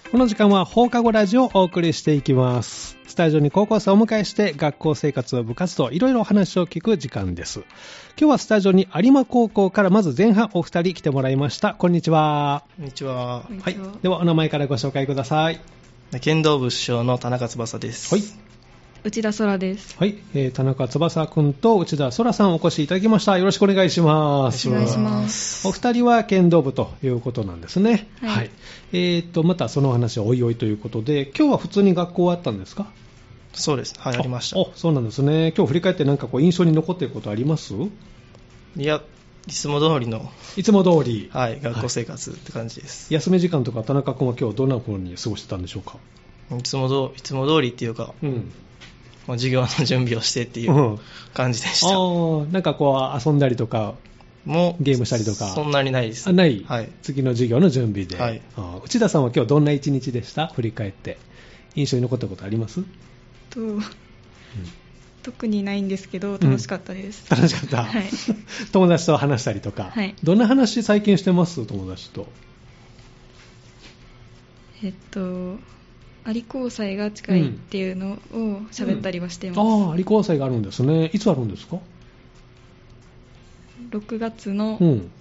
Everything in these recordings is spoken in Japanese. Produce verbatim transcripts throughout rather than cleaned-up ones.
この時間は放課後ラジオをお送りしていきます。スタジオに高校生をお迎えして学校生活、部活動いろいろお話を聞く時間です。今日はスタジオに有馬高校からまず前半お二人来てもらいました。こんにちは。 こんにちは。 はい、ではお名前からご紹介ください。 剣道部主将の田中翼です。 はい。 内田空です。 はい、えー、田中翼くんと内田空さんお越しいただきました。よろしくお願いします。 お願いします。 お二人は剣道部ということなんですね。 はい。 はい、えーとまたその話はおいおいということで、今日は普通に学校あったんですか？ そうです。はい、ありました。 お、そうなんですね。今日振り返って何かこう印象に残っていることあります？ いや、いつも通りのいつも通り、 はい、学校生活って感じです。 はい、休み時間とか田中君は今日どんな風に過ごしてたんでしょうか？ いつもどいつも通りっていうか、うんまあ、授業の準備をしてっていう感じでした。 うん、あなんかこう遊んだりとかもゲームしたりとかそんなにないです。 あない、 はい、 次の授業の準備で、 はい、 あ内田さんは今日どんな一日でした？振り返って印象に残ったことあります？ と、うん、特にないんですけど楽しかったです。 うん、楽しかった、はい、友達と話したりとか、 はい、 どんな話最近してます？友達と。 えっと有高祭が近いっていうのを喋ったりはしています。うんうん、ああ、有高祭があるんですね。いつあるんですか？ ろくがつの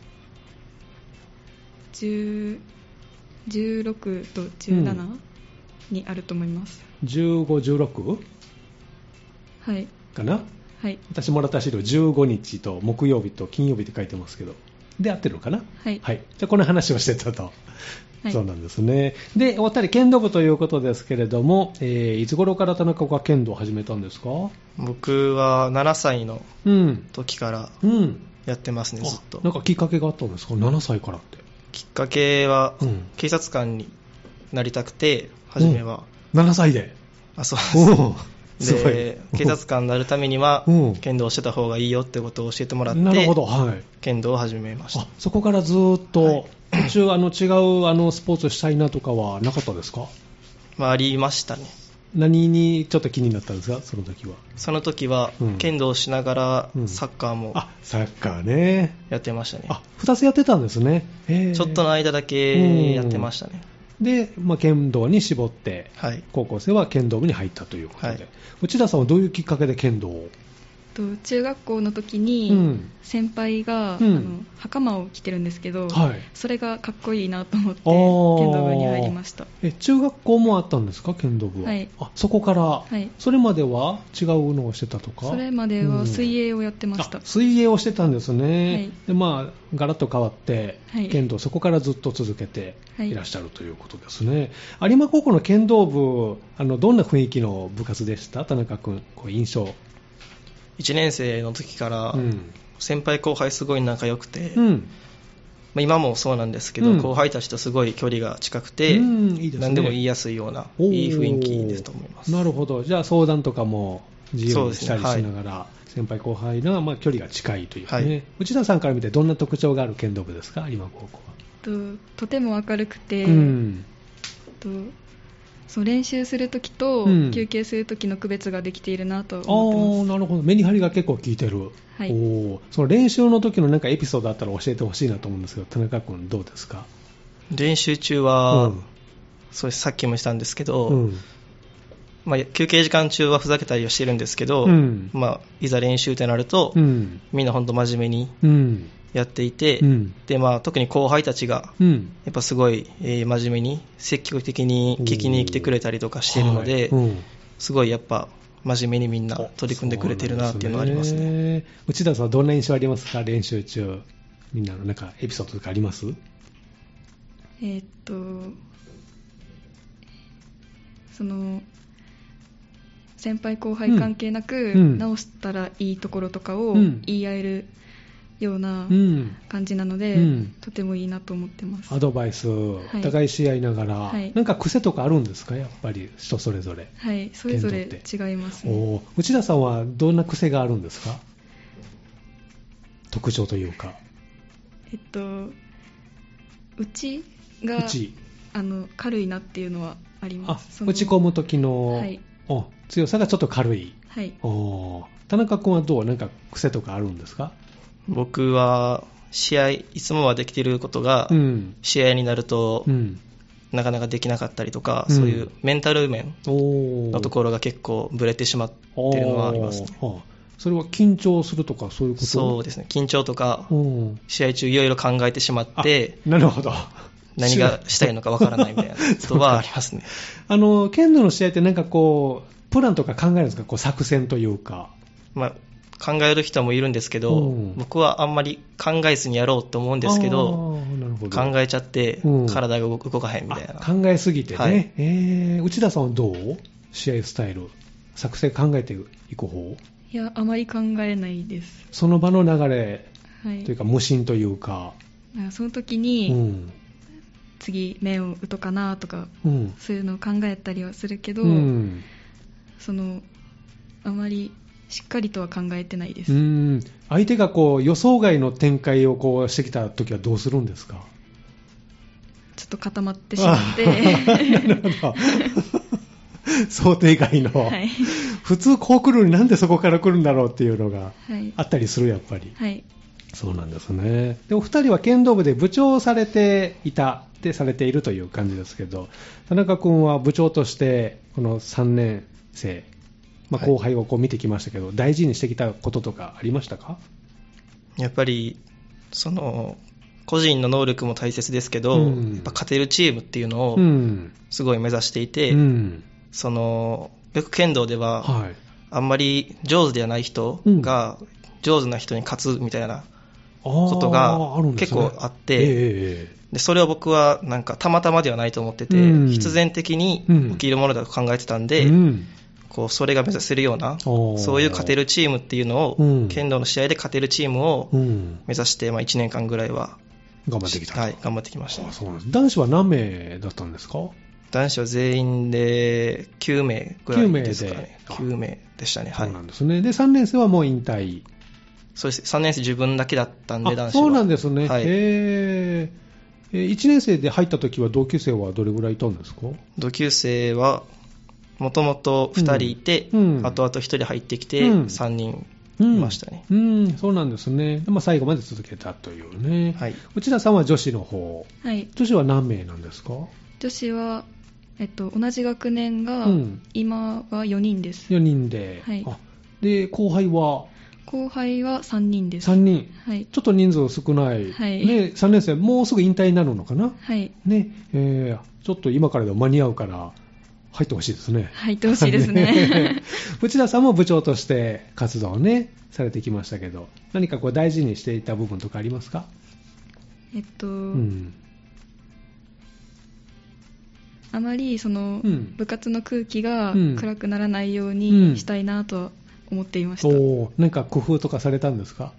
じゅう、じゅうろくとじゅうななにあると思います。 じゅうご、じゅうろく? はいかな。 はい、 私もらった資料じゅうごにちと木曜日と金曜日って書いてますけど、で合ってるのかな。 はい、 はい、じゃあこの話をしてたと。 はい、 そうなんですね。で、お二人剣道部ということですけれども、えー、いつ頃から田中君は剣道を始めたんですか？ 僕はななさいの時からやってますね、うん、ずっと。 なんかきっかけがあったんですか？ななさいからって。 きっかけは、うん、警察官になりたくて、初めは、 うん、ななさいで。 あ、そうです。で、警察官になるためには、うん、剣道をしてた方がいいよってことを教えてもらって、 なるほど、はい、 剣道を始めました。 あ、そこからずっと、はい、途中あの違うあのスポーツをしたいなとかはなかったですか？ まあ、ありましたね。 何にちょっと気になったんですか？その時は。 その時は、うん、剣道をしながらサッカーも、うん、 あ、サッカーね、 やってましたね。 あ、ふたつやってたんですね。 へー、ちょっとの間だけやってましたね。 で、まあ、剣道に絞って、 はい、 高校生は剣道部に入ったということで、はい、内田さんはどういうきっかけで剣道を？ と中学校の時に先輩が、うん、あの袴を着てるんですけど、はい、それがかっこいいなと思って剣道部に入りました。 え、中学校もあったんですか？剣道部は。 はい、 あ、そこから、はい、それまでは違うのをしてたとか？ それまでは水泳をやってました。 うん、水泳をしてたんですね。はい、で、まあ、ガラッと変わって、はい、剣道そこからずっと続けていらっしゃるということですね。はい、有馬高校の剣道部、あのどんな雰囲気の部活でした？田中君、こう印象。 いちねん生の時から先輩後輩すごい仲良くて、うん、まあ、今もそうなんですけど、うん、後輩たちとすごい距離が近くて、うん、いいですね、何でも言いやすいようないい雰囲気ですと思います。 なるほど。じゃあ相談とかも自由にしたりしながら、ね、はい、先輩後輩のまあ距離が近いというかね、はい、内田さんから見てどんな特徴がある剣道部ですか？有馬高校は。 と、とても明るくて、うん、とそう練習するときと休憩するときの区別ができているなと思ってます。 うん、あ、なるほど。メリハリが結構効いてる。はい、お、その練習の時のなんかエピソードあったら教えてほしいなと思うんですけど、田中君どうですか？ 練習中は、うん、そうさっきもしたんですけど、うん、まあ、休憩時間中はふざけたりはしてるんですけど、うん、まあ、いざ練習ってなると、うん、みんな本当真面目に、うんやっていて、うん、でまあ、特に後輩たちが、うん、やっぱすごい、えー、真面目に積極的に聞きに来てくれたりとかしているので、はい、うん、すごいやっぱ真面目にみんな取り組んでくれてるなっていうのはありますね。 内田さんはどんな印象ありますか？練習中みんなのなんかエピソードとかあります？ えー、っとその先輩後輩関係なく、うん、直したらいいところとかを言い合えるような感じなので、うん、とてもいいなと思ってます。 アドバイス、はい、互いし合いながら、はい、なんか癖とかあるんですか？やっぱり人それぞれ。 はい、それぞれ違いますね。 お、内田さんはどんな癖があるんですか？特徴というか。 えっと打ちがあの軽いなっていうのはあります。 あ、打ち込む時の、はい、お強さがちょっと軽い。 はい、 お、田中君はどう、なんか癖とかあるんですか？ 僕は試合いつもはできていることが、うん、試合になると、うん、 なかなかできなかったりとか、うん、そういうメンタル面のところが結構ブレてしまってるのはありますね。 ああ、それは緊張するとかそういうこと？ そうですね、緊張とか試合中いろいろ考えてしまって、 なるほど、 何がしたいのかわからないみたいなことはありますね。 あの剣道の試合ってなんかこうプランとか考えるんですか？こう作戦というか。 まあ考える人もいるんですけど、うん、僕はあんまり考えずにやろうと思うんですけど、なるほど、考えちゃって体が動かへんみたいな、 うん、考えすぎてね、はい、えー、内田さんはどう？試合スタイル作戦考えていく方？ いや、あまり考えないです。 その場の流れというか、はい、無心というか、 その時に、うん、次面を打とうかなとか、うん、そういうのを考えたりはするけど、うん、そのあまりしっかりとは考えてないです。 うーん、相手がこう予想外の展開をこうしてきたときはどうするんですか？ ちょっと固まってしまってなるほど想定外の、はい、普通こう来るのになんでそこから来るんだろうっていうのがあったりする、やっぱり、 はい、 そうなんですね。でお二人は剣道部で部長をされていたでされているという感じですけど、田中君は部長としてこのさんねん生、まあ、後輩をこう見てきましたけど、はい、大事にしてきたこととかありましたか？ やっぱりその個人の能力も大切ですけど、うん、やっぱ勝てるチームっていうのをすごい目指していて、うん、そのよく剣道では、はい、あんまり上手ではない人が上手な人に勝つみたいなことが結構あって、うん、えー、でそれを僕はなんかたまたまではないと思ってて、うん、必然的に起きるものだと考えてたんで、うん、こうそれが目指せるような、そういう勝てるチームっていうのを、うん、剣道の試合で勝てるチームを目指して、まあ、いちねんかんぐらいは頑張ってきた。 はい、頑張ってきました、ね。 あ、そうなんです。男子は何名だったんですか？ 男子は全員できゅうめいぐらいですかね。きゅうめいでしたね。はい。 そうなんですね。でさんねん生はもう引退。 そうです。さんねん生自分だけだったんで、男子は。 そうなんですね。はい、へー。いちねん生で入った時は同級生はどれぐらいいたんですか？ 同級生はもともとふたりいて、うんうん、あとあとひとり入ってきて、うん、さんにんいましたね。 うん、うん、そうなんですね。まあ、最後まで続けたというね。はい、内田さんは女子の方、 はい、 女子は何名なんですか？ 女子は、えっと、同じ学年が、うん、今はよにんです。 よにんで、はい、あで後輩は後輩はさんにんです。 さんにん、 はい、 ちょっと人数少ない、はいね、さんねん生もうすぐ引退になるのかな、 はいねえー、ちょっと今からでも間に合うから入ってほしいですね。 入ってほしいですね内田さんも部長として活動をねされてきましたけど、何かこう大事にしていた部分とかありますか？ えっと、うん、あまりその、うん、部活の空気が暗くならないようにしたいなと思っていました。うん、 お何か工夫とかされたんですか？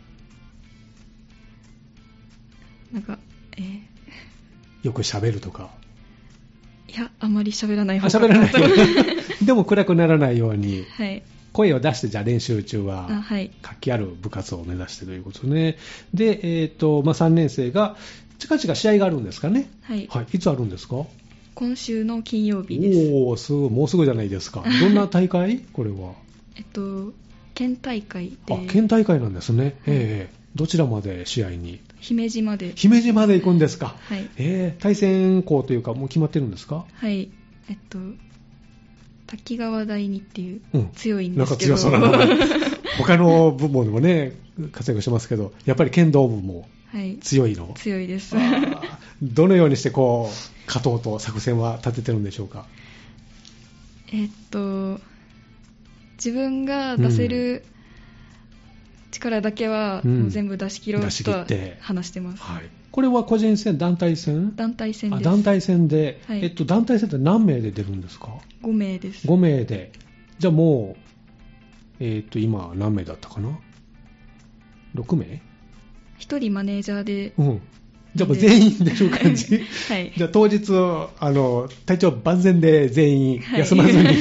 なんか、えー、 よく喋るとか。 いや、あまり喋らない方が。喋らないでも暗くならないように、 はい、 声を出して、じゃあ練習中は活気ある部活を目指してということね。で、えーとまあ、さんねん生が近々試合があるんですかね。 はい、 はい、いつあるんですか？ 今週の金曜日です。 おー、すぐもうすぐじゃないですか。どんな大会これは。 えっと県大会で。 あ、県大会なんですね。はい、えーどちらまで試合に？ 姫路まで。 姫路まで行くんですか？ はい。 えー、対戦校というかもう決まってるんですか？ はい。えっと滝川第二っていう強いんですけど、 うん、なんか強そうな名前他の部門でもね活躍してますけど、やっぱり剣道部も強いの？はい、 強いです。 どのようにしてこう勝とうと作戦は立ててるんでしょうか？ えっと自分が出せる、うん力だけはもう全部出し切ろうとは話してます、 うんはい、これは個人戦、団体戦？ 団体戦です。 あ、団体戦で、はいえっと、団体戦って何名で出るんですか？ ごめいです。 ごめいで。じゃあもう、えっと、今何名だったかな？ろくめい？ ひとりマネージャーで、 うん、じゃあもう全員出る感じ、 はい、 じゃあ当日あの体調万全で全員休まずに、はい、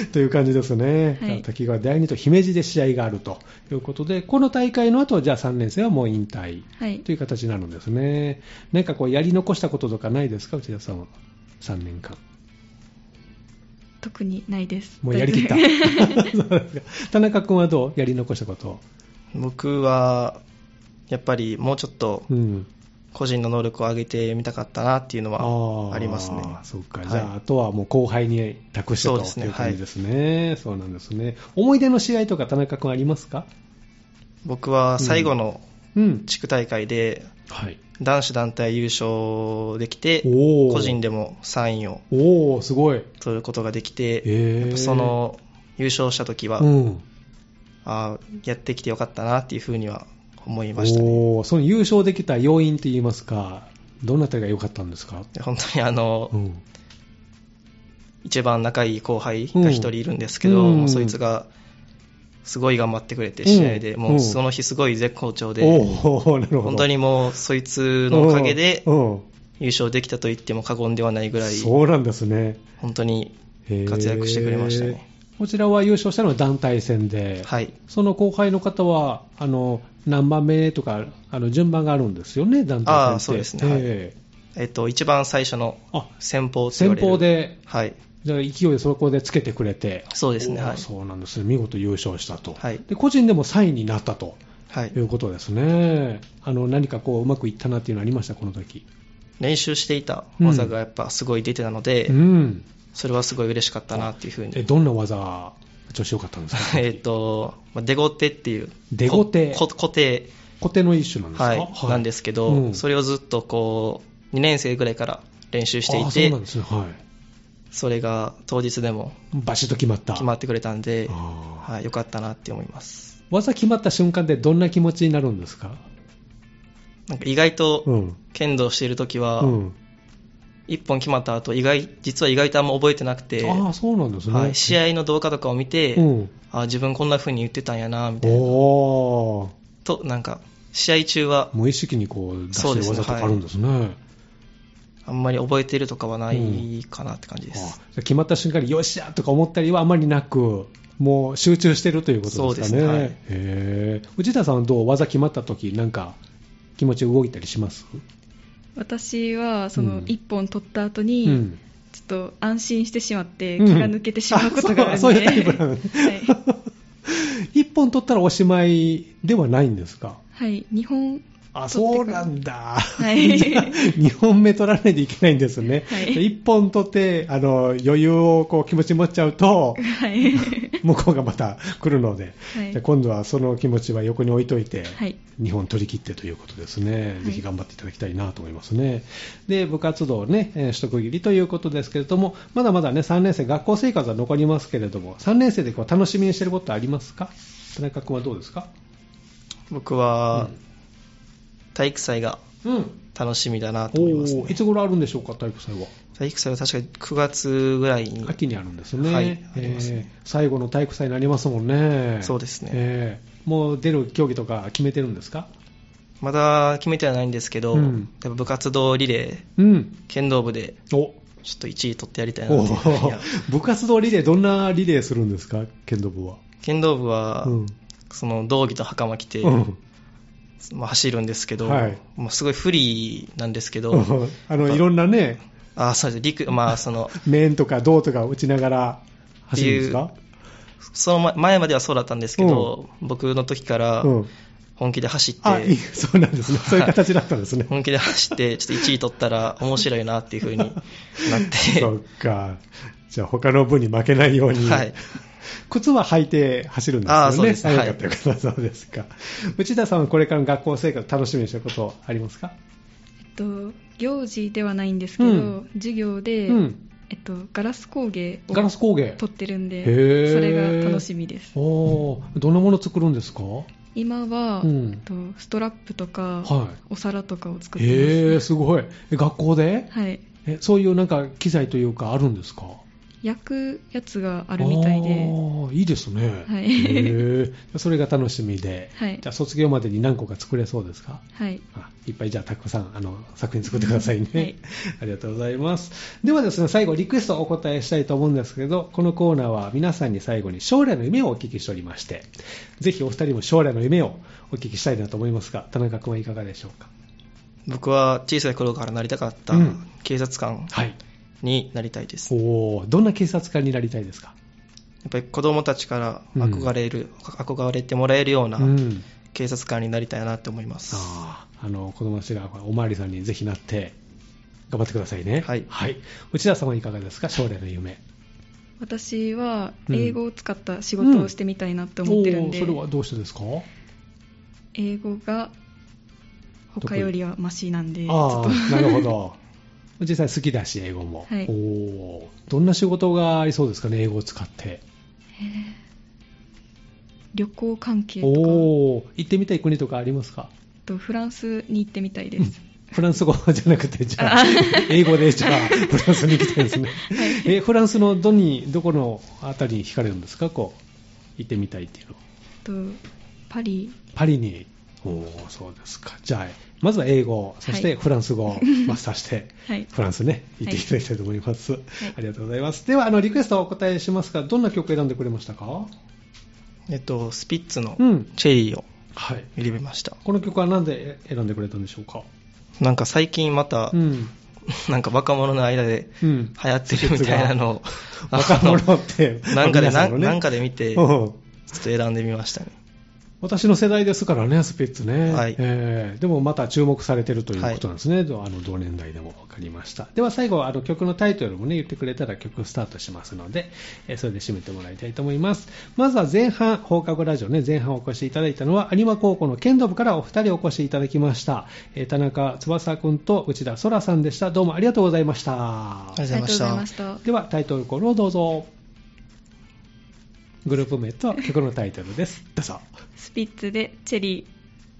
という感じですね、はい、滝川第二と姫路で試合があるということで、この大会の後じゃあさんねん生はもう引退、はい、という形になるんですね。何かこうやり残したこととかないですか、内田さんはさんねんかん？ 特にないです。 もうやりきった田中君はどう？やり残したこと？ 僕はやっぱりもうちょっと、うん個人の能力を上げてみたかったなっていうのはありますね。 あそうか、はい、じゃああとはもう後輩に託してという感じですね。はい、そうなんですね。思い出の試合とか田中君ありますか？ 僕は最後の地区大会で男子団体優勝できて、うん、個人でもさんいを取ることができて、やっぱその優勝した時は、うん、あやってきてよかったなっていうふうには思いましたね。 おその優勝できた要因といいますか、どんな点が良かったんですか？ 本当にあの、うん、一番仲いい後輩が一人いるんですけど、うん、もうそいつがすごい頑張ってくれて、試合で、うん、もうその日すごい絶好調で、うん、本当にもうそいつのおかげで優勝できたと言っても過言ではないぐらい、 そうなんですね。 本当に活躍してくれましたね。 こちらは優勝したのは団体戦で、はい、その後輩の方はあの何番目とかあの順番があるんですよね、団体戦って。 あそうですね、えーはいえっと、一番最初の先鋒って言われる、 先鋒で、 はい、 じゃあ勢いでそこでつけてくれて、 そうですね、はい、 そうなんですね、見事優勝したと、はい、で個人でもさんいになったと、はい、いうことですね。あの何かこううまくいったなっていうのありました、この時？ 練習していた技がやっぱすごい出てたので、うん、それはすごい嬉しかったなっていうふうに。 えどんな技が調子良かったんですか？ えっとデゴテっていうデゴテ固定固定の一種なんですか？ はい、はい、なんですけど、うん、それをずっとこうにねん生ぐらいから練習していて、 そうなんですね、はい、 それが当日でもバシッと決まった決まってくれたんで、はい、よかったなって思います。 技決まった瞬間でどんな気持ちになるんですか？ なんか意外と剣道しているときは、うん、いっぽん決まった後意外実は意外とあんま覚えてなくて、 あそうなんですね、 はい、試合の動画とかを見て、うん、あ自分こんな風に言ってたんやなみたいなと、なんか試合中は無意識にこう出してる技とかあるんですね、はい、 あんまり覚えてるとかはないかなって感じです、 うん、決まった瞬間によっしゃとか思ったりはあまりなく、もう集中してるということですかね。 そうですね、はい、 へ内田さんはどう、技決まった時なんか気持ち動いたりします？ 私はそのいっぽん取った後に、うん、ちょっと安心してしまって気が抜けてしまうことがあるので、うん、そういうタイプなんです、はい、 いっぽん取ったらおしまいではないんですか？ はい、にほんあそうなんだ、はい、じゃあにほんめ取らないといけないんですね、はい、いっぽん取ってあの余裕をこう気持ち持っちゃうと、はい、向こうがまた来るので、はい、じゃあ今度はその気持ちは横に置いといて、はい、にほん取り切ってということですね、はい、ぜひ頑張っていただきたいなと思いますね。で部活動ね、えー、一区切りということですけれども、まだまだねさんねん生学校生活は残りますけれども、さんねん生でこう楽しみにしていることはありますか？田中君はどうですか？ 僕は、うん体育祭が楽しみだなと思います、ね、 いつ頃あるんでしょうか？体育祭は体育祭は確かくがつぐらいに秋にあるんですね、 はい、ありますね、 えー、最後の体育祭になりますもんね。 そうですね、 えー、もう出る競技とか決めてるんですか？ まだ決めてはないんですけど、うん、やっぱ部活動リレー、うん、剣道部でちょっといちい取ってやりたいなっていう部活動リレーどんなリレーするんですか？剣道部は剣道部は、うん、その道着と袴着て、うんまあ、走るんですけど、はいまあ、すごい不利なんですけどあのいろんなねあそうです陸、まあ、その面とか胴とか打ちながら走るんですか？ その前まではそうだったんですけど、うん、僕の時から本気で走って、 あいいそうなんですね、そういう形だったんですね本気で走ってちょっといちい取ったら面白いなっていう風になってそっか、じゃあ他の部に負けないように、はい靴は履いて走るんですよね。あそうです、はい、よかったよかった、そうですか。内田さんはこれからの学校生活楽しみにしていることありますか？ えっと、行事ではないんですけど、うん、授業で、うんえっと、ガラス工芸を取ってるんで、それが楽しみです。 おどんなもの作るんですか？ 今は、うん、えっと、ストラップとか、はい、お皿とかを作ってます。 へーすごい。学校で？ はい。 えそういうなんか機材というかあるんですか？ 焼くやつがあるみたいで。 あいいですね、 はい、 へそれが楽しみで、 はい、 じゃあ卒業までに何個か作れそうですか？ はい、 あいっぱいじゃあたくさんあの作品作ってくださいね、 はい、 ありがとうございます。ではですね最後リクエストをお答えしたいと思うんですけど、このコーナーは皆さんに最後に将来の夢をお聞きしておりまして、ぜひお二人も将来の夢をお聞きしたいなと思いますが、田中君はいかがでしょうか？ 僕は小さい頃からなりたかった警察官、うんはいになりたいです。 おどんな警察官になりたいですか？ やっぱり子どもたちから憧れる、うん、憧れてもらえるような警察官になりたいなって思います。 ああ、あの子供たちがおまわりさんにぜひなって頑張ってくださいね。 はい、 はい、内田さんはいかがですか、将来の夢。 私は英語を使った仕事をしてみたいなって思ってるんで、 うんうん、それはどうしてですか。 英語が他よりはマシなんで。 ああ、なるほど。実際好きだし英語も、 はい、 おどんな仕事がありそうですかね、英語を使って。 旅行関係とか。 お行ってみたい国とかありますか。 とフランスに行ってみたいです、うん、 フランス語じゃなくてじゃあ英語でじゃあフランスに行きたいですね、はい、えフランスのどにどこのあたりに惹かれるんですか、こう行ってみたいっていうの。 とパリパリに。おそうですか。じゃあまずは英語、そしてフランス語をマスターして、はい、フランスね行っていただきたいと思います、はい、ありがとうございます。ではあのリクエストをお答えしますが、どんな曲を選んでくれましたか。 えっとスピッツのチェリーを選びました、 うんはい、この曲は何で選んでくれたんでしょうか。 なんか最近また、うん、なんか若者の間で流行ってるみたいなのを、 うん、若者ってなんかで、ね、なんかで見てちょっと選んでみましたね。 私の世代ですからね、スピッツね、 はいえー、でもまた注目されているということなんですね、はい、あの同年代でも分かりました。では最後あの曲のタイトルも、ね、言ってくれたら曲スタートしますので、えー、それで締めてもらいたいと思います。まずは前半、放課後ラジオ、ね、前半お越しいただいたのは有馬高校の剣道部からお二人お越しいただきました、えー、田中翼君と内田空さんでした。どうもありがとうございました。 ありがとうございました。 ではタイトルコールをどうぞ。グループ名と曲のタイトルです。どうぞ。 スピッツでチェリー。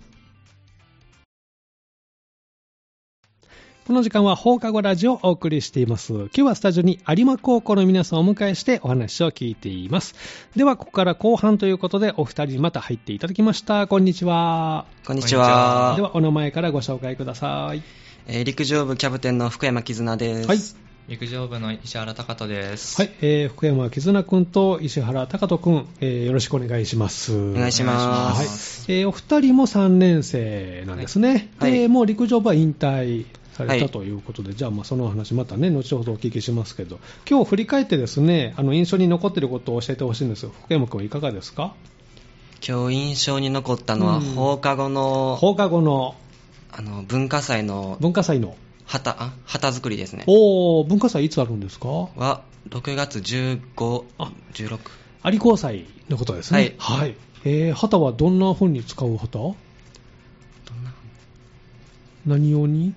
この時間は放課後ラジオをお送りしています。今日はスタジオに有馬高校の皆さんをお迎えしてお話を聞いています。ではここから後半ということでお二人にまた入っていただきました。こんにちは。 こんにちは。 ではお名前からご紹介ください。 えー、陸上部キャプテンの福山絆です。 はい。 陸上部の石原貴人です。 はい、えー、福山絆君と石原貴人君、えー、よろしくお願いします。 お願いします。 はい、えー、お二人もさんねん生なんですね。はい、で、もう陸上部は引退されたということで、はい、じゃあまあその話またね後ほどお聞きしますけど、今日振り返ってですね、あの印象に残っていることを教えてほしいんですよ。福山君はいかがですか。 今日印象に残ったのは、うん、放課後の放課後のあの文化祭の文化祭の旗、あ、旗作りですね。 おー、文化祭いつあるんですか。 はろくがつじゅうご、じゅうろく。 有高祭のことですね。はい。はい、えー、旗はどんな風に使う旗？どんな？何用に？ん？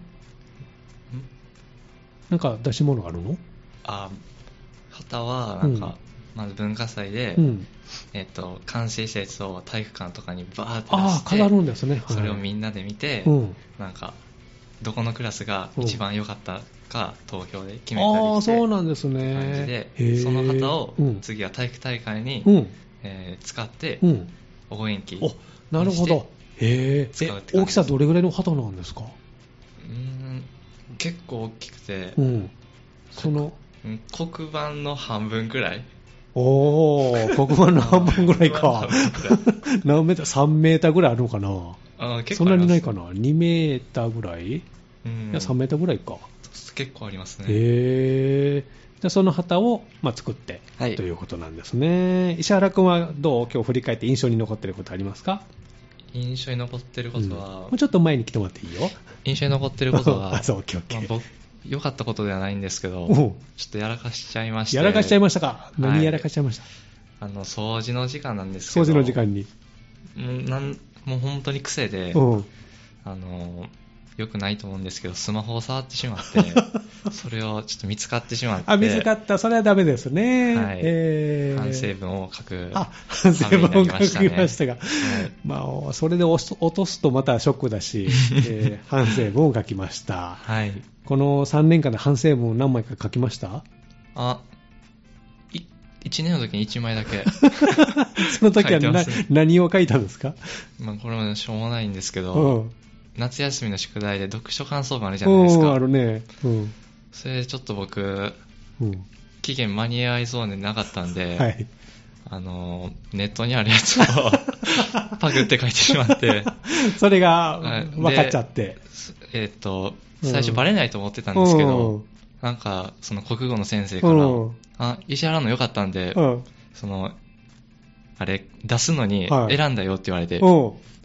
なんか出し物があるの？ あ、旗はなんか、うん、まず文化祭で、うん、えっと完成したやつを体育館とかにバーって出して、 あ、飾るんですね。はい、 それをみんなで見て、うん、なんかどこのクラスが一番良かったか投票で決めたりして、 ああ、そうなんですね。 感じで、その旗を次は体育大会に、うんえー、使って応援旗にしてなるほど。へえ、大きさどれぐらいの旗なんですか。 うーん、結構大きくて、 うん、その黒板の半分くらい。 おー、黒板の半分ぐらいか。何メーター ?さんメーターぐらいあるのかな。あ、結構あります。そんなにないかな。にメーターぐらい、うん、いやさんメーターぐらいか。 結構ありますね。 へー。でその旗を、まあ、作って、はい、ということなんですね。石原君はどう、今日振り返って印象に残っていることありますか。 印象に残っていることは、うん、 もうちょっと前に来てもらっていいよ。 印象に残っていることはあ、そう、オッケーオッケー。まあ、僕良かったことではないんですけど、ちょっとやらかしちゃいまして。 やらかしちゃいましたか。何やらかしちゃいました。 はい、あの掃除の時間なんですけど。 掃除の時間に。 もうなんもう本当に癖で、あのよくないと思うんですけど、スマホを触ってしまってそれをちょっと見つかってしまって。 あ、見つかった。それはダメですね。 はい。えー、反省文を書く。 あ、反省文を書きましたが、はい、まあそれで落とすとまたショックだし、えー、反省文を書きました。 はい。 このさんねんかんで反省文を何枚か書きました？ あ、いいちねんの時にいちまいだけその時はな何を書いたんですか？ まあ、これもしょうもないんですけど、うん、夏休みの宿題で読書感想文あるじゃないですか。 あるね、うん、 それでちょっと僕、うん、期限間に合いそうでなかったんで、はい、あのネットにあるやつをパクって書いてしまってそれが分かっちゃって、 えー、っと最初バレないと思ってたんですけど、うん、なんかその国語の先生から、うん、あ、石原の良かったんで、うん、そのあれ出すのに選んだよって言われて、はい、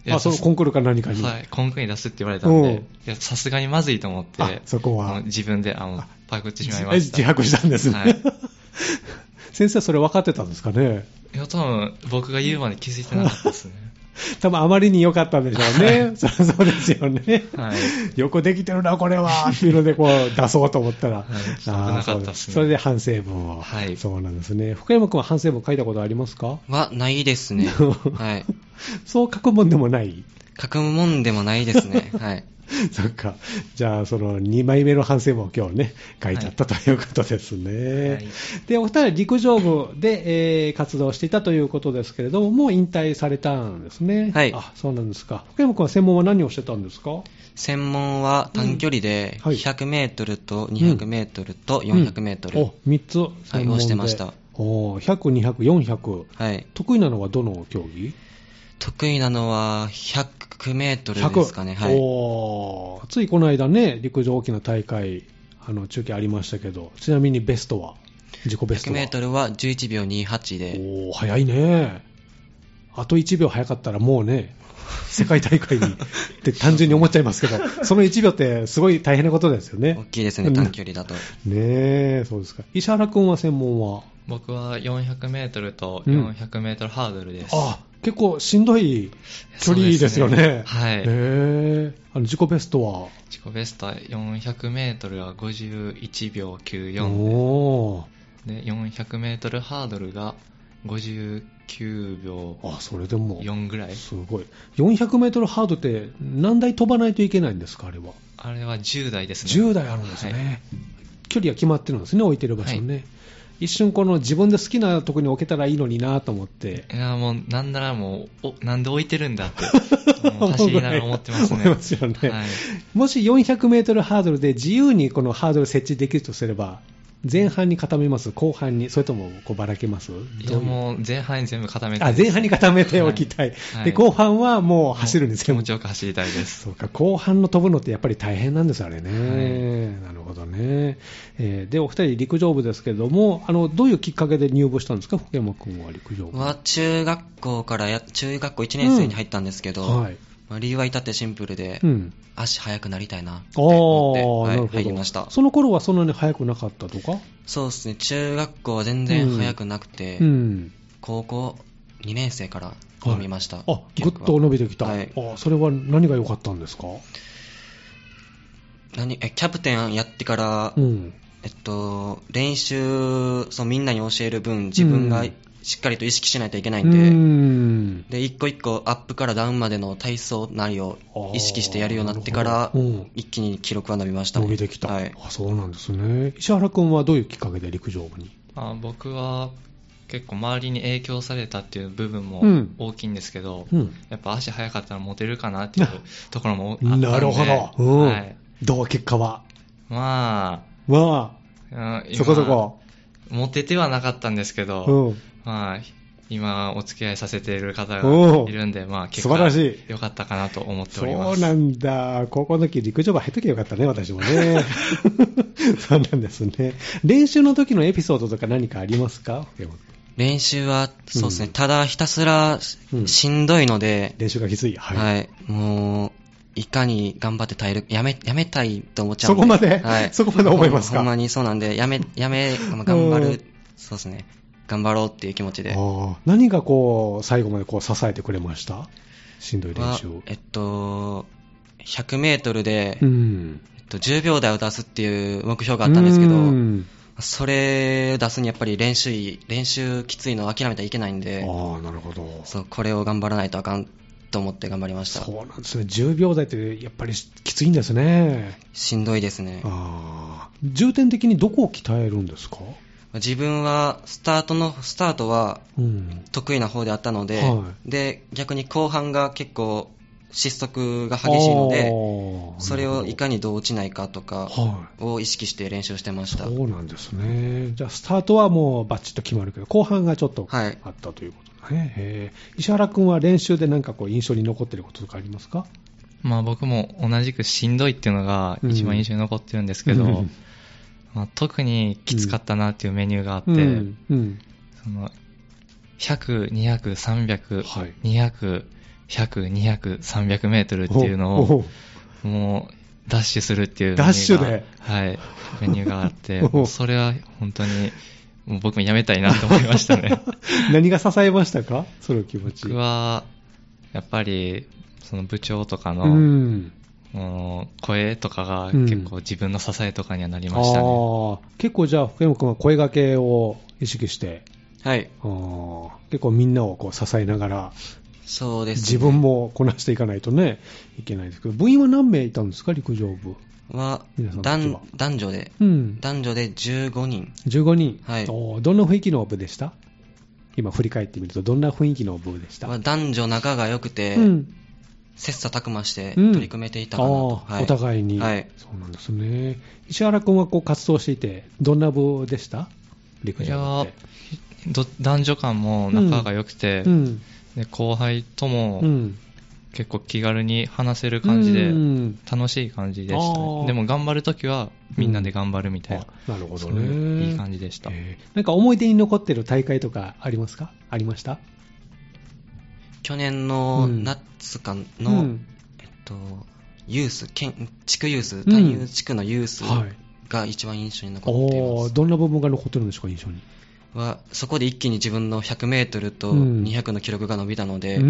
あ、そのコンクールか何かに。 はい、コンクールに出すって言われたんで、さすがにまずいと思って、 そこは自分であのパクってしまいました。 自白したんですね。はい、先生はそれ分かってたんですかね。 いや、多分僕が言うまで気づいてなかったですね。 多分あまりに良かったんでしょうね。そそうですよね。はい、よくできてるな、これはっていうのでこう出そうと思ったら、はい、 危なかったですね。 それで反省文を。はい。そうなんですね。福山君は反省文書いたことありますか？ は、ないですね。はい。 そう書くもんでもない？ 書くもんでもないですね。はい。 そっか。じゃあ、そのにまいめの反省文を今日ね、書いちゃった、はい、ということですね。はい、で、お二人は陸上部で、えー、活動していたということですけれども、もう引退されたんですね。 はい。 あ、そうなんですか。福山君は専門は何をしてたんですか？ 専門は短距離でひゃくメートルとにひゃくメートルとよんひゃくメートル、うんうん、 お、みっつ専門で、 はい、をしてました。 お、ひゃく、にひゃく、よんひゃく。 はい。 得意なのはどの競技？ 得意なのはひゃくメートルですかね。はい。 おついこの間ね、陸上大きな大会、あの中継ありましたけど、ちなみにベストは、自己ベストは？ひゃくメートルはじゅういちびょうにじゅうはちで。 おー、早いね。あといちびょう早かったらもうね、世界大会にって単純に思っちゃいますけど、そのいちびょうってすごい大変なことですよね。 大きいですね、短距離だと。ねえ、そうですか。石原君は専門は？ 僕はよんひゃくメートルとよんひゃくメートルハードルです。 うん、あ、結構しんどい距離ですよね。ね、 はい。 へあの自己ベストは？ 自己ベストはよんひゃくメートルはごじゅういちびょうきゅうじゅうよんで、でよんひゃくメートルハードルがごじゅうきゅうびょうあ、それでもよんぐらい。 すごい。よんひゃくメートルハードって何台飛ばないといけないんですか、あれは？ あれはじゅうだいですね。 じゅうだいあるんですね。はい、距離は決まってるんですね、置いてる場所ね。はい、一瞬この自分で好きなところに置けたらいいのになと思って。 いや、もうなんならもう、お、なんで置いてるんだってもう走りながら思ってますね。 思いますよね。はい、もしよんひゃくメートルハードルで自由にこのハードル設置できるとすれば、前半に固めます？後半に？それともこうばらけます？ いや、もう前半に全部固めて。 あ、前半に固めておきたい。はい、で、後半はもう走るんですけど。 気持ちよく走りたいです。 そうか、後半の飛ぶのってやっぱり大変なんです、あれね。はい、なるほどね。えー、で、お二人陸上部ですけれども、あの、どういうきっかけで入部したんですか、福山君は陸上部？ は中学校からや、中学校いちねん生に入ったんですけど、うん、はい。まあ、理由は至ってシンプルで、うん、足速くなりたいなって思って、はい、入りました。 その頃はそんなに速くなかったとか？ そうですね、中学校は全然速くなくて、うんうん、高校にねん生から伸びました。はい、 あ、ぐっと伸びてきた。はい、あ、それは何が良かったんですか？ 何えキャプテンやってから、うん、えっと、練習そうみんなに教える分、自分が、うん、しっかりと意識しないといけないんで、うんで一個一個アップからダウンまでの体操なりを意識してやるようになってから、うん、一気に記録は伸びましたね。 伸びてきた、はい、あ、そうなんですね。石原君はどういうきっかけで陸上部に？ あ、僕は結構周りに影響されたっていう部分も大きいんですけど、うん、やっぱ足速かったらモテるかなっていうところもあったんで。 なるほど、うん、はい、どう結果は？ まあまあ、そこそこモテてはなかったんですけど、うん、まあ今お付き合いさせている方がいるんで、まあ結果良かったかなと思っております。 そうなんだ。高校の時陸上部入っときゃよかったね、私もね。そうなんですね。練習の時のエピソードとか何かありますか？ 練習はそうですね、うん、ただひたすらしんどいので、 うん、練習がきつい、はい、 はい、もういかに頑張って耐える、やめ、やめたいと思っちゃうんで。 そこまで、はい、そこまで思いますか？ ほんまにそうなんで、やめ、やめ、頑張る、そうですね、頑張ろうっていう気持ちで。 あ、何がこう、最後までこう支えてくれました？しんどい練習を。 えっと、ひゃくメートルで、うんえっと、じゅうびょう台を出すっていう目標があったんですけど、うんそれを出すにやっぱり練習、練習きついのを諦めたらいけないんで、 ああ、なるほど。 そう、これを頑張らないとあかんと思って頑張りました。 そうなんですね。じゅうびょう台ってやっぱりきついんですね。 しんどいですね。 ああ。重点的にどこを鍛えるんですか？ 自分はスタートのスタートは得意な方であったので、うんはい、で逆に後半が結構失速が激しいので、それをいかにどう落ちないかとかを意識して練習してました。 そうなんですね。じゃあスタートはもうバッチリと決まるけど、後半がちょっとあったということね。はい、へ石原君は練習で何かこう印象に残っていることとかありますか？ まあ僕も同じくしんどいっていうのが一番印象に残ってるんですけど、うんまあ、特にきつかったなっていうメニューがあって、うんうん、そのひゃく、にひゃく、さんびゃく、はい、にひゃく、 ひゃく、にひゃく、さんびゃくメートルっていうのを、もう、ダッシュするっていうメニューが、 ダッシュではい、メニューがあって、もうそれは本当に、もう僕もやめたいなと思いましたね。 何が支えましたか、その気持ち。 僕は、やっぱり、その部長とかの、うん、もう声とかが結構自分の支えとかにはなりましたね。うん、 あ結構じゃあ、福山君は声掛けを意識して、 はい、 あ結構みんなをこう支えながら、 そうですね、 自分もこなしていかないとね、いけないですけど、部員は何名いたんですか、陸上部は。男, 男女で、 うん、 男女でじゅうごにん。 じゅうごにん、 はい、 おどんな雰囲気の部でした？今振り返ってみるとどんな雰囲気の部でした？ 男女仲が良くて、うん、切磋琢磨して取り組めていたかなと、 うんはい、お互いに、はい、そうなんですね。石原君はこう活動していてどんな部でした？陸上部って。 男女間も仲が良くて、うん、で後輩とも結構気軽に話せる感じで、うん、楽しい感じでしたね。でも頑張るときはみんなで頑張るみたいな、 うん、なるほどね、 いい感じでした。 えー、なんか思い出に残ってる大会とかありますか？ありました？ 去年の夏かの、うん、えっと、ユース、県地区ユース、単遊地区のユースが一番印象に残っています。 はい、どんな部分が残ってるんですか、印象に。 はそこで一気に自分のひゃくメートルとにひゃくの記録が伸びたので、うん、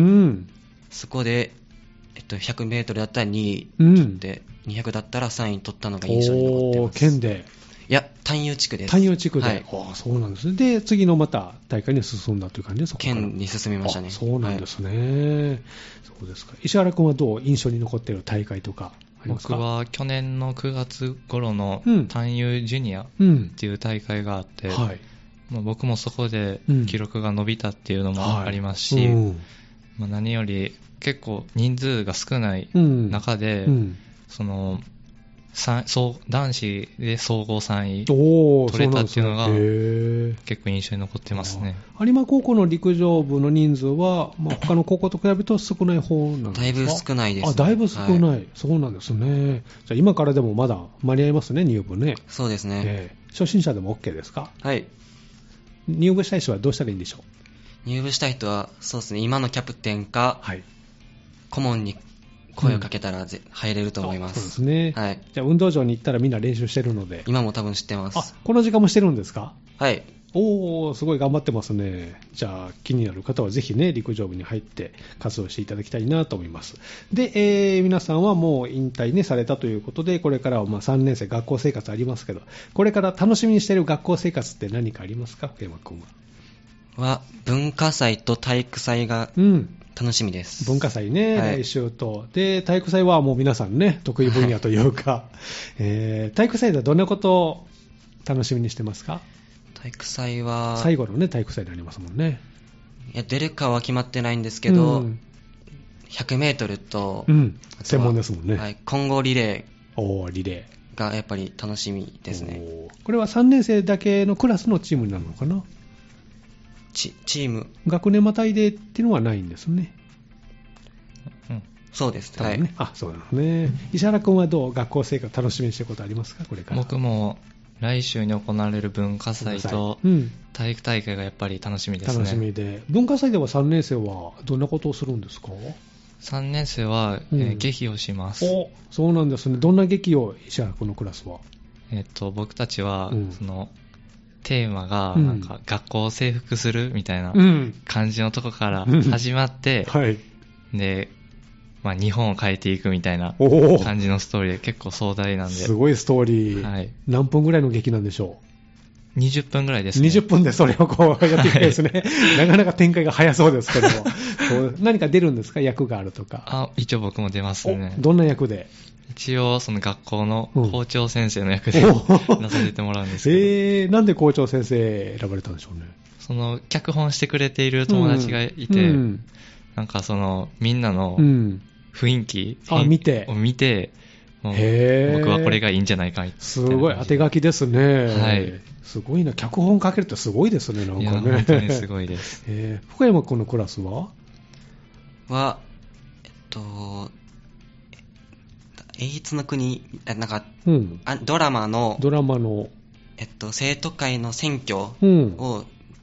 そこで、えっと、ひゃくメートルだったらにい取って、うん、にひゃくだったらさんい取ったのが印象に残ってます。 県で。 いや、単遊地区です。 単遊地区で、 はい、 あそうなんですね。で、次のまた大会に進んだという感じですか？ 県に進みましたね。 そうなんですね、はい、そうですか。石原君はどう印象に残っている大会とかありますか？ 僕は去年のくがつ頃の単遊ジュニアっていう大会があって、うんうんはいまあ、僕もそこで記録が伸びたっていうのもありますし、うんはいうんまあ、何より結構人数が少ない中で、うんうん、その男子で総合さんい取れたっていうのが結構印象に残ってますね。 有馬高校の陸上部の人数は、まあ、他の高校と比べると少ない方なんですか？ だいぶ少ないです、ね、 あだいぶ少ない、はい、そうなんですね。じゃあ今からでもまだ間に合いますね、入部ね。 そうですね、 えー、初心者でも OK ですか？ はい。 入部したい人はどうしたらいいんでしょう？ 入部したい人はそうですね、今のキャプテンか、はい、顧問に声をかけたら、うん、入れると思います。 そうですね、はい、じゃあ運動場に行ったらみんな練習してるので。 今も多分知ってます。 あこの時間もしてるんですか？ はい。 おーすごい頑張ってますね。じゃあ気になる方はぜひね陸上部に入って活動していただきたいなと思います。で、えー、皆さんはもう引退、ね、されたということでこれからはまあさんねん生学校生活ありますけど、これから楽しみにしている学校生活って何かありますか？福山君は。 は文化祭と体育祭が、うん楽しみです。 文化祭ね、はい、来週と。で、体育祭はもう皆さんね、得意分野というか、はいえー、体育祭ではどんなことを楽しみにしてますか？ 体育祭は、 最後のね、体育祭になりますもんね。 いや、出るかは決まってないんですけど、うん、ひゃくメートルと、 うん、専門ですもんね。 はい、混合リレー。おー、リレー。がやっぱり楽しみですね。 これはさんねん生だけのクラスのチームになるのかな？ チ, チーム学年またいでっていうのはないんですね。 うん、そうです、ね、 はい。あ、そうなんですね。石原君はどう学校生活楽しみにしてることありますか？これから。 僕も来週に行われる文化祭と体育大会がやっぱり楽しみですね。 楽しみで。文化祭ではさんねん生はどんなことをするんですか？ さんねん生は、うんえー、劇をします。 お、そうなんですね。どんな劇を石原君のクラスは？ えっと僕たちは、うん、そのテーマがなんか学校を征服するみたいな感じのとこから始まって、うんはい、で、まあ、日本を変えていくみたいな感じのストーリーで結構壮大なんで。 すごいストーリー、はい、何分ぐらいの劇なんでしょう？にじゅっぷんぐらいですね。 にじゅっぷんでそれをこうやっていくんですね、はい、なかなか展開が早そうですけども何か出るんですか？役があるとか。 あ、一応僕も出ますね。 どんな役で？ 一応その学校の校長先生の役で、うん、出させてもらうんですけど、えー、なんで校長先生選ばれたんでしょうね？ その脚本してくれている友達がいて、うん、なんかそのみんなの雰囲気を見て、うん、見てもう僕はこれがいいんじゃないかみたいな。 すごい当て書きですね。はい。すごいな、脚本書けるってすごいですね、なんかね。いや本当にすごいです。 えー、福山君のクラスははえっとエイツの国、なんか、うん、ドラマの、 ドラマの、 えっと、生徒会の選挙を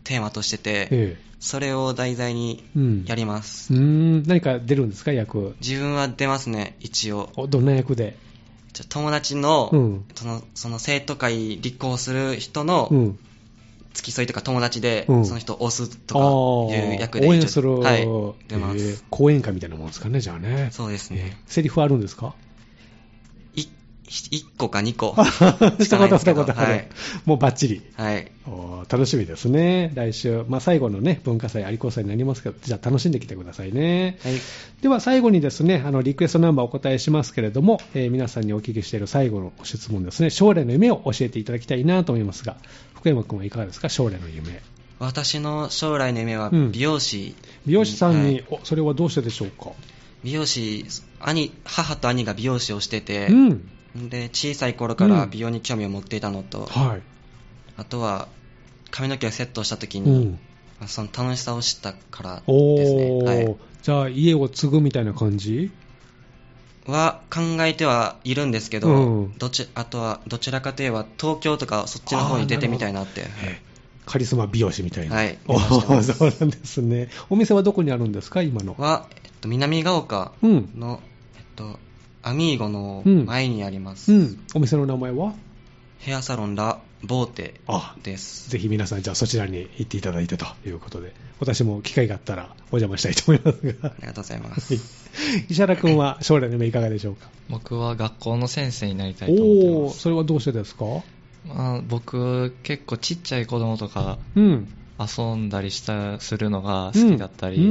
テーマとしてて、ええ、それを題材にやります。 うん、うーん、何か出るんですか、役。 自分は出ますね、一応。 お、どんな役で？ 友達の、うん、その、その生徒会立候補する人の、うん、付き添いとか友達で、うん、その人を押すとかいう役で応援する、 はい、出ます、えー、講演会みたいなもんですかね、じゃあね。 そうですね、 えー、セリフあるんですか？ いっこかにこ一言二言、はい、もうバッチリ、 はい、 お楽しみですね。来週、まあ、最後の、ね、文化祭、有効祭になりますけど、じゃあ楽しんできてくださいね、はい、では最後にですね、あのリクエストナンバーをお答えしますけれども、えー、皆さんにお聞きしている最後の質問ですね、将来の夢を教えていただきたいなと思いますが、福山君はいかがですか、将来の夢。 私の将来の夢は美容師、 うん、美容師さんに、はい、おそれはどうしてでしょうか。 美容師、兄母と兄が美容師をしてて、 うんで小さい頃から美容に興味を持っていたのと、うん、はい、あとは髪の毛をセットした時に、うん、その楽しさを知ったからですね、はい、 じゃあ家を継ぐみたいな感じは考えてはいるんですけど、うん、どちあとはどちらかといえば東京とかそっちの方に出てみたいなって、はい、 カリスマ美容師みたいな、 はい、 おそうなんですね。お店はどこにあるんですか、今のは、えっと、南ヶ丘の、うん、えっとアミーゴの前にあります、 うんうん、お店の名前はヘアサロンラ・ボーテです。 ぜひ皆さんじゃあそちらに行っていただいてということで、私も機会があったらお邪魔したいと思いますが、 ありがとうございます石原君は将来の夢いかがでしょうか。 僕は学校の先生になりたいと思ってます。 お、それはどうしてですか。 まあ、僕結構ちっちゃい子供とか、うん、遊んだりしたするのが好きだったり、うん、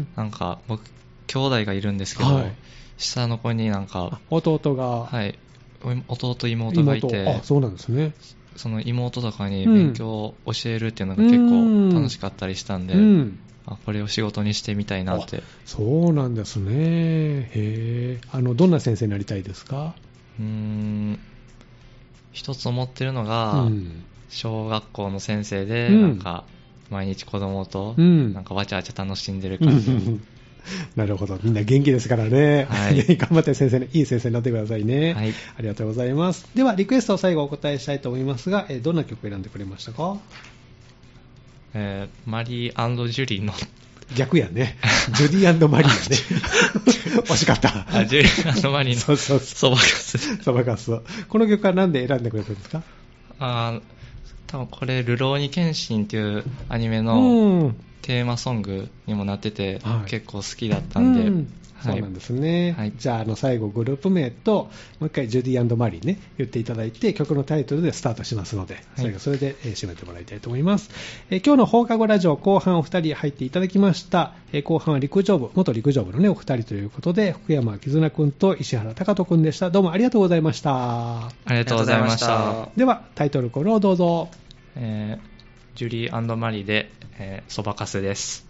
なんか僕兄弟がいるんですけど、はい、下の子になんか弟が、 はい、弟妹がいて、 あ、そうなんですね。 その妹とかに勉強を教えるっていうのが結構楽しかったりしたんで、うん、あ、これを仕事にしてみたいなって。 そうなんですね。へー、あのどんな先生になりたいですか。 うーん、一つ思ってるのが、うん、小学校の先生で、うん、なんか毎日子供となんかわちゃわちゃ楽しんでる感じ、うんなるほど、みんな元気ですからね、はい、頑張って先生、ね、いい先生になってくださいね、はい、ありがとうございます。ではリクエストを最後お答えしたいと思いますが、えー、どんな曲を選んでくれましたか。 えー、マリー&ジュリーの逆やね、ジュディ&マリーやね惜しかった。 あ、ジュリー&マリーのそうそうそばかすそばかす。この曲は何で選んでくれたんですか。 あ、多分これルローニケンシンっていうアニメのテーマソングにもなってて、はい、結構好きだったんで、うんはい、そうなんですね、はい、じゃあ、あの最後グループ名ともう一回ジュディ&マリーね言っていただいて曲のタイトルでスタートしますので、はい、最後それで、えー、締めてもらいたいと思います。えー、今日の放課後ラジオ後半お二人入っていただきました。えー、後半は陸上部元陸上部の、ね、お二人ということで福山絆君と石原貴人君でした。どうもありがとうございました。 ありがとうございました。 ではタイトルコールをどうぞ。 えー、ジュリー&マリーで、えー、そばかすです。